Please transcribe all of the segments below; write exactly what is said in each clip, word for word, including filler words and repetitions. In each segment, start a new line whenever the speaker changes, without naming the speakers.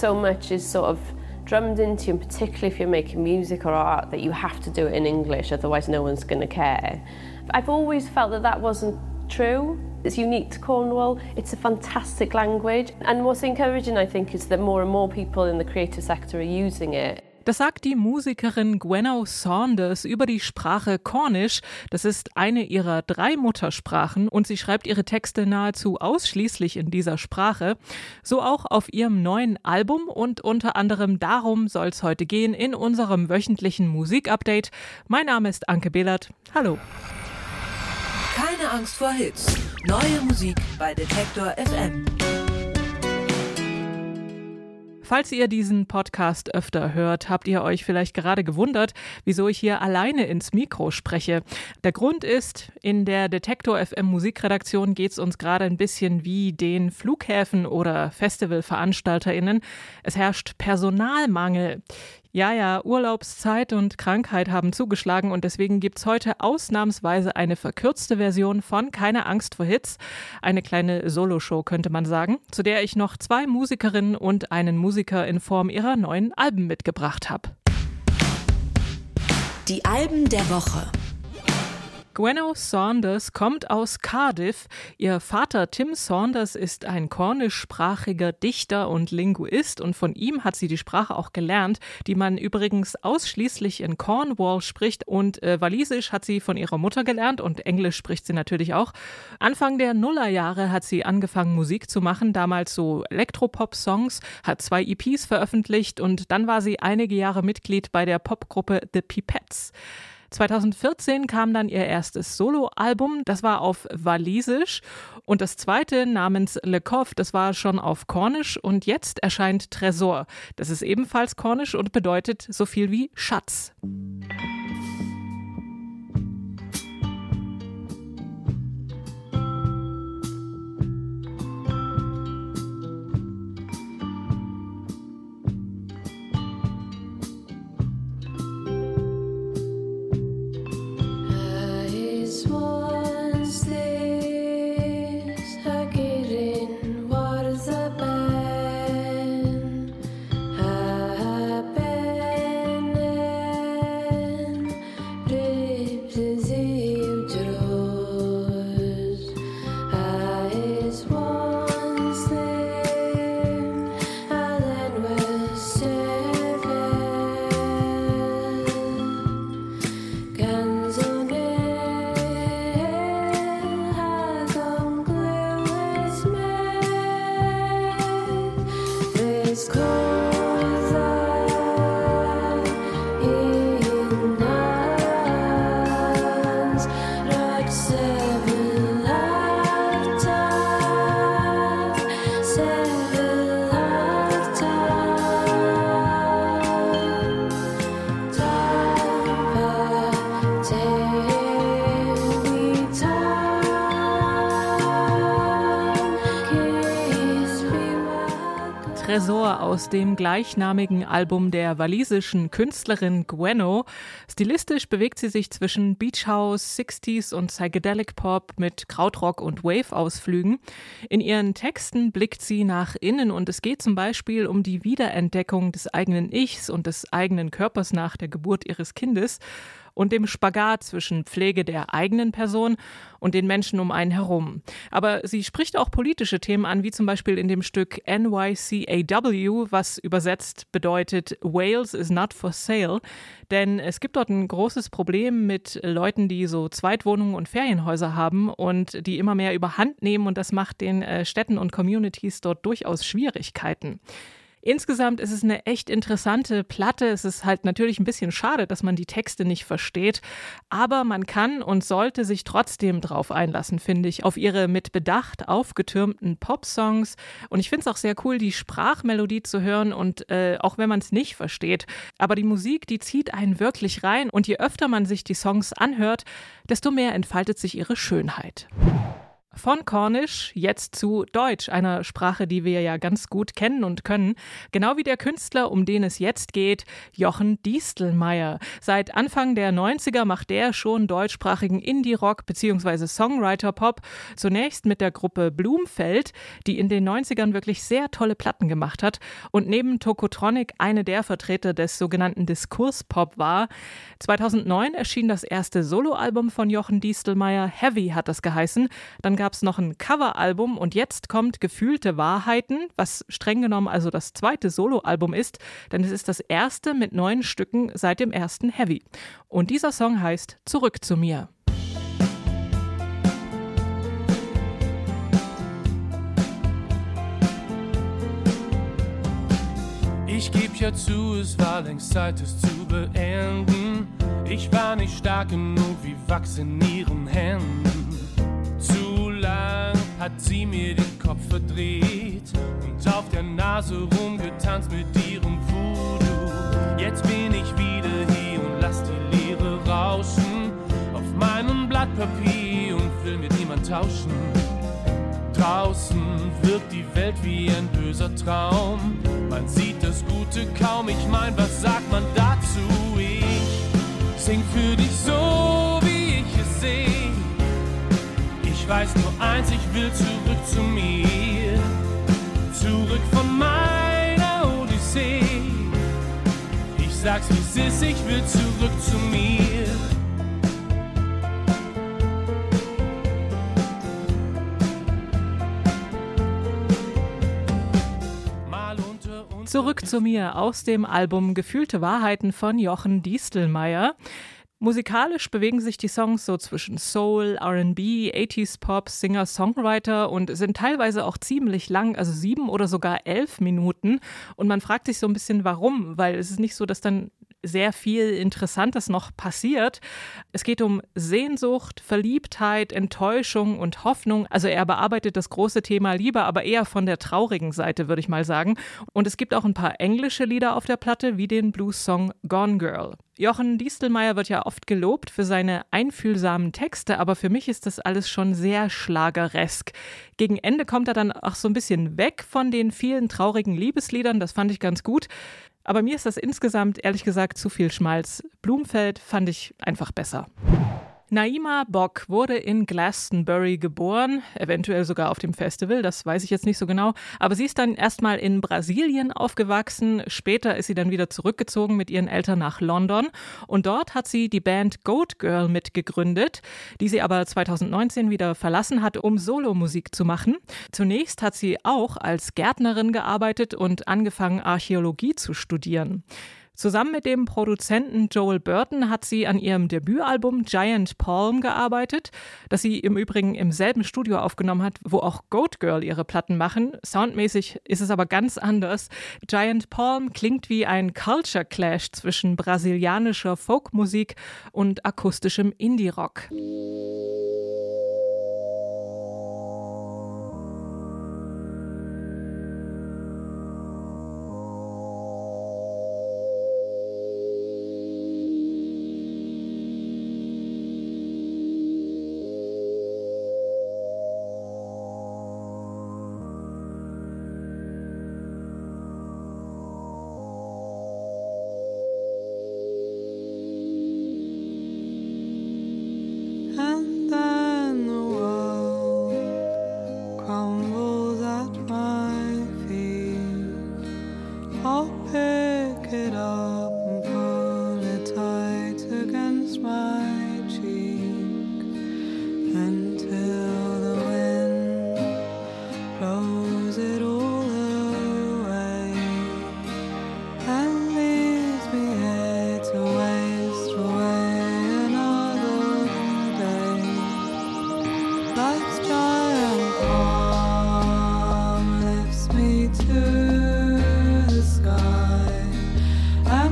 so much is sort of drummed into you, and particularly if you're making music or art, that you have to do it in English, otherwise no one's going to care. I've always felt that that wasn't true. It's unique to Cornwall. It's a fantastic language. And what's encouraging, I think, is that more and more people in the creative sector are using it.
Das sagt die Musikerin Gwenno Saunders über die Sprache Cornish. Das ist eine ihrer drei Muttersprachen und sie schreibt ihre Texte nahezu ausschließlich in dieser Sprache. So auch auf ihrem neuen Album und unter anderem darum soll es heute gehen in unserem wöchentlichen Musikupdate. Mein Name ist Anke Behlert. Hallo.
Keine Angst vor Hits. Neue Musik bei Detektor F M.
Falls ihr diesen Podcast öfter hört, habt ihr euch vielleicht gerade gewundert, wieso ich hier alleine ins Mikro spreche. Der Grund ist, in der Detektor F M Musikredaktion geht es uns gerade ein bisschen wie den Flughäfen oder FestivalveranstalterInnen. Es herrscht Personalmangel. Ja, ja, Urlaubszeit und Krankheit haben zugeschlagen und deswegen gibt's heute ausnahmsweise eine verkürzte Version von Keine Angst vor Hits. Eine kleine Soloshow könnte man sagen, zu der ich noch zwei Musikerinnen und einen Musiker in Form ihrer neuen Alben mitgebracht habe.
Die Alben der Woche.
Gwenno Saunders kommt aus Cardiff. Ihr Vater Tim Saunders ist ein kornischsprachiger Dichter und Linguist und von ihm hat sie die Sprache auch gelernt, die man übrigens ausschließlich in Cornwall spricht und äh, Walisisch hat sie von ihrer Mutter gelernt und Englisch spricht sie natürlich auch. Anfang der Nullerjahre hat sie angefangen Musik zu machen, damals so Elektropop-Songs, hat zwei E Ps veröffentlicht und dann war sie einige Jahre Mitglied bei der Popgruppe The Pipettes. zweitausendvierzehn kam dann ihr erstes Soloalbum, das war auf Walisisch und das zweite namens Le Coff, das war schon auf Cornisch und jetzt erscheint Tresor. Das ist ebenfalls Cornisch und bedeutet so viel wie Schatz. Tresor aus dem gleichnamigen Album der walisischen Künstlerin Gwenno. Stilistisch bewegt sie sich zwischen Beach House, sixties und Psychedelic Pop mit Krautrock und Wave-Ausflügen. In ihren Texten blickt sie nach innen und es geht zum Beispiel um die Wiederentdeckung des eigenen Ichs und des eigenen Körpers nach der Geburt ihres Kindes und dem Spagat zwischen Pflege der eigenen Person und den Menschen um einen herum. Aber sie spricht auch politische Themen an, wie zum Beispiel in dem Stück N Y C A W, was übersetzt bedeutet Wales is not for sale. Denn es gibt dort ein großes Problem mit Leuten, die so Zweitwohnungen und Ferienhäuser haben und die immer mehr überhand nehmen und das macht den äh, Städten und Communities dort durchaus Schwierigkeiten. Insgesamt ist es eine echt interessante Platte. Es ist halt natürlich ein bisschen schade, dass man die Texte nicht versteht. Aber man kann und sollte sich trotzdem drauf einlassen, finde ich, auf ihre mit Bedacht aufgetürmten Popsongs. Und ich finde es auch sehr cool, die Sprachmelodie zu hören und äh, auch wenn man es nicht versteht. Aber die Musik, die zieht einen wirklich rein. Und je öfter man sich die Songs anhört, desto mehr entfaltet sich ihre Schönheit. Von Cornish jetzt zu Deutsch, einer Sprache, die wir ja ganz gut kennen und können. Genau wie der Künstler, um den es jetzt geht, Jochen Diestelmeier. Seit Anfang der neunziger macht der schon deutschsprachigen Indie-Rock bzw. Songwriter-Pop. Zunächst mit der Gruppe Blumfeld, die in den neunzigern wirklich sehr tolle Platten gemacht hat und neben Tokotronic eine der Vertreter des sogenannten Diskurspop war. zweitausendneun erschien das erste Soloalbum von Jochen Diestelmeier. Heavy hat das geheißen. Dann gab es noch ein Coveralbum und jetzt kommt Gefühlte Wahrheiten, was streng genommen also das zweite Soloalbum ist, denn es ist das erste mit neun Stücken seit dem ersten Heavy. Und dieser Song heißt Zurück zu mir.
Ich geb ja zu, es war längst Zeit, es zu beenden. Ich war nicht stark genug wie Wachs in ihren Händen. Zu lang hat sie mir den Kopf verdreht und auf der Nase rumgetanzt mit ihrem Voodoo. Jetzt bin ich wieder hier und lass die Leere rauschen auf meinem Blatt Papier und will mit niemand tauschen. Draußen wirkt die Welt wie ein böser Traum. Man sieht das Gute kaum, ich mein, was sagt man dazu? Ich sing für dich so, wie ich es seh. Ich weiß nur eins, ich will zurück zu mir. Zurück von meiner Odyssee. Ich sag's wie es ist, ich will zurück zu mir.
Zurück zu mir aus dem Album Gefühlte Wahrheiten von Jochen Diestelmeier. Musikalisch bewegen sich die Songs so zwischen Soul, R and B, achtziger Pop, Singer, Songwriter und sind teilweise auch ziemlich lang, also sieben oder sogar elf Minuten. Und man fragt sich so ein bisschen, warum, weil es ist nicht so, dass dann sehr viel Interessantes noch passiert. Es geht um Sehnsucht, Verliebtheit, Enttäuschung und Hoffnung. Also er bearbeitet das große Thema Liebe, aber eher von der traurigen Seite, würde ich mal sagen. Und es gibt auch ein paar englische Lieder auf der Platte, wie den Blues-Song Gone Girl. Jochen Diestelmeier wird ja oft gelobt für seine einfühlsamen Texte, aber für mich ist das alles schon sehr schlageresk. Gegen Ende kommt er dann auch so ein bisschen weg von den vielen traurigen Liebesliedern, das fand ich ganz gut. Aber mir ist das insgesamt, ehrlich gesagt, zu viel Schmalz. Blumfeld fand ich einfach besser. Naima Bock wurde in Glastonbury geboren, eventuell sogar auf dem Festival, das weiß ich jetzt nicht so genau. Aber sie ist dann erstmal in Brasilien aufgewachsen, später ist sie dann wieder zurückgezogen mit ihren Eltern nach London und dort hat sie die Band Goat Girl mitgegründet, die sie aber zweitausendneunzehn wieder verlassen hat, um Solomusik zu machen. Zunächst hat sie auch als Gärtnerin gearbeitet und angefangen, Archäologie zu studieren. Zusammen mit dem Produzenten Joel Burton hat sie an ihrem Debütalbum Giant Palm gearbeitet, das sie im Übrigen im selben Studio aufgenommen hat, wo auch Goat Girl ihre Platten machen. Soundmäßig ist es aber ganz anders. Giant Palm klingt wie ein Culture Clash zwischen brasilianischer Folkmusik und akustischem Indie-Rock.
I'm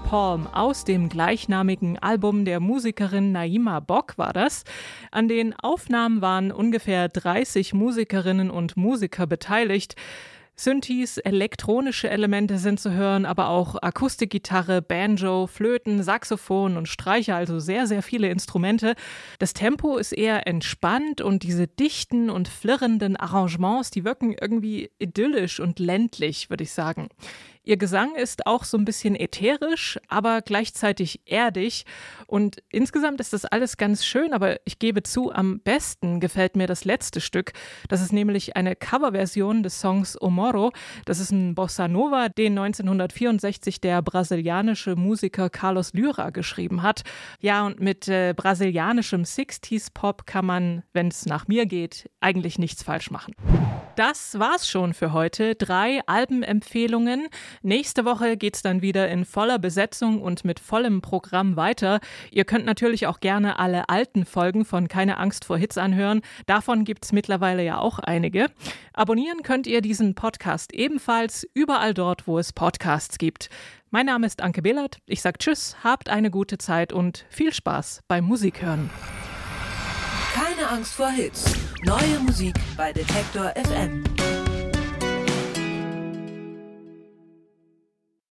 Palm aus dem gleichnamigen Album der Musikerin Naima Bock war das. An den Aufnahmen waren ungefähr dreißig Musikerinnen und Musiker beteiligt. Synthes, elektronische Elemente sind zu hören, aber auch Akustikgitarre, Banjo, Flöten, Saxophon und Streicher, also sehr, sehr viele Instrumente. Das Tempo ist eher entspannt und diese dichten und flirrenden Arrangements, die wirken irgendwie idyllisch und ländlich, würde ich sagen. Ihr Gesang ist auch so ein bisschen ätherisch, aber gleichzeitig erdig. Und insgesamt ist das alles ganz schön, aber ich gebe zu, am besten gefällt mir das letzte Stück. Das ist nämlich eine Coverversion des Songs O Moro. Das ist ein Bossa Nova, den neunzehnhundertvierundsechzig der brasilianische Musiker Carlos Lyra geschrieben hat. Ja, und mit äh, brasilianischem Sixties-Pop kann man, wenn es nach mir geht, eigentlich nichts falsch machen. Das war's schon für heute. Drei Albenempfehlungen. Nächste Woche geht's dann wieder in voller Besetzung und mit vollem Programm weiter. Ihr könnt natürlich auch gerne alle alten Folgen von Keine Angst vor Hits anhören. Davon gibt's mittlerweile ja auch einige. Abonnieren könnt ihr diesen Podcast ebenfalls überall dort, wo es Podcasts gibt. Mein Name ist Anke Behlert. Ich sag Tschüss, habt eine gute Zeit und viel Spaß beim Musikhören.
Keine Angst vor Hits. Neue Musik bei Detektor F M.